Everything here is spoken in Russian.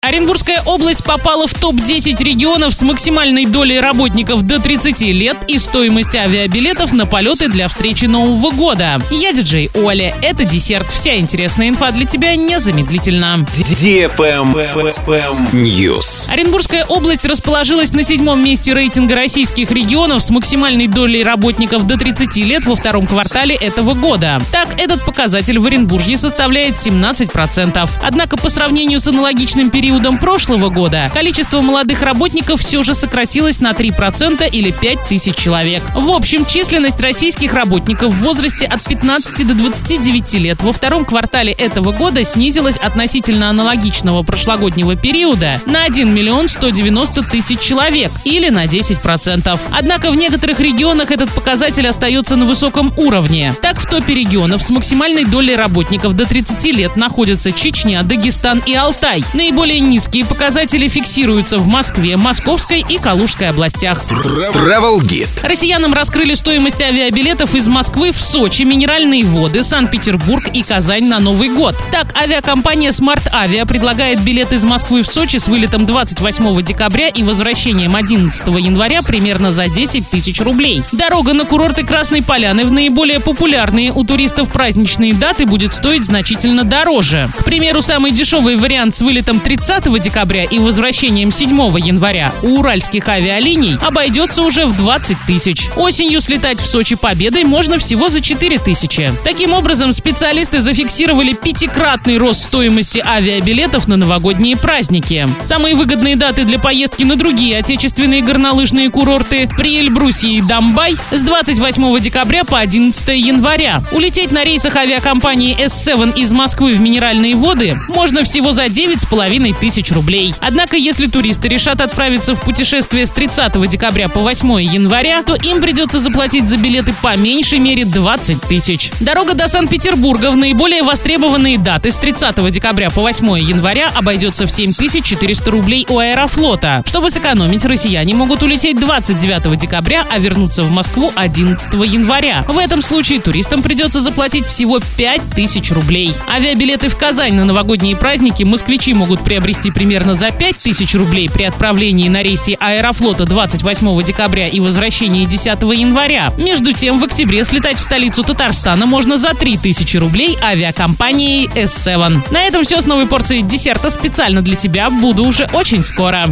Оренбургская область попала в топ-10 регионов с максимальной долей работников до 30 лет и стоимость авиабилетов на полеты для встречи Нового года. Я диджей Оля. Это десерт. Вся интересная инфа для тебя незамедлительно. News. Оренбургская область расположилась на 7-м месте рейтинга российских регионов с максимальной долей работников до 30 лет во втором квартале этого года. Так, этот показатель в Оренбуржье составляет 17%. Однако по сравнению с аналогичным периодом прошлого года количество молодых работников все же сократилось на 3% или 5000 человек. В общем, численность российских работников в возрасте от 15 до 29 лет во втором квартале этого года снизилась относительно аналогичного прошлогоднего периода на 1 190 000 человек или на 10%. Однако в некоторых регионах этот показатель остается на высоком уровне. Так, в топе регионов с максимальной долей работников до 30 лет находятся Чечня, Дагестан и Алтай. Наиболее низкие показатели фиксируются в Москве, Московской и Калужской областях. Travel Guide. Россиянам раскрыли стоимость авиабилетов из Москвы в Сочи, Минеральные воды, Санкт-Петербург и Казань на Новый год. Так, авиакомпания Smart Avia предлагает билет из Москвы в Сочи с вылетом 28 декабря и возвращением 11 января примерно за 10 000 рублей. Дорога на курорты Красной Поляны в наиболее популярные у туристов праздничные даты будет стоить значительно дороже. К примеру, самый дешевый вариант с вылетом 30 декабря и возвращением 7 января у уральских авиалиний обойдется уже в 20 000. Осенью слетать в Сочи Победой можно всего за 4 000. Таким образом, специалисты зафиксировали 5-кратный рост стоимости авиабилетов на новогодние праздники. Самые выгодные даты для поездки на другие отечественные горнолыжные курорты при Эльбрусе и Домбай с 28 декабря по 11 января. Улететь на рейсах авиакомпании S7 из Москвы в Минеральные воды можно всего за 9,5 тысяч рублей. Однако, если туристы решат отправиться в путешествие с 30 декабря по 8 января, то им придется заплатить за билеты по меньшей мере 20 000. Дорога до Санкт-Петербурга в наиболее востребованные даты с 30 декабря по 8 января обойдется в 7400 рублей у Аэрофлота. Чтобы сэкономить, россияне могут улететь 29 декабря, а вернуться в Москву 11 января. В этом случае туристам придется заплатить всего 5000 рублей. Авиабилеты в Казань на новогодние праздники москвичи могут приобрести примерно за 5000 рублей при отправлении на рейсе Аэрофлота 28 декабря и возвращении 10 января. Между тем, в октябре слетать в столицу Татарстана можно за 3000 рублей авиакомпанией S7. На этом все с новой порцией десерта специально для тебя. Буду уже очень скоро.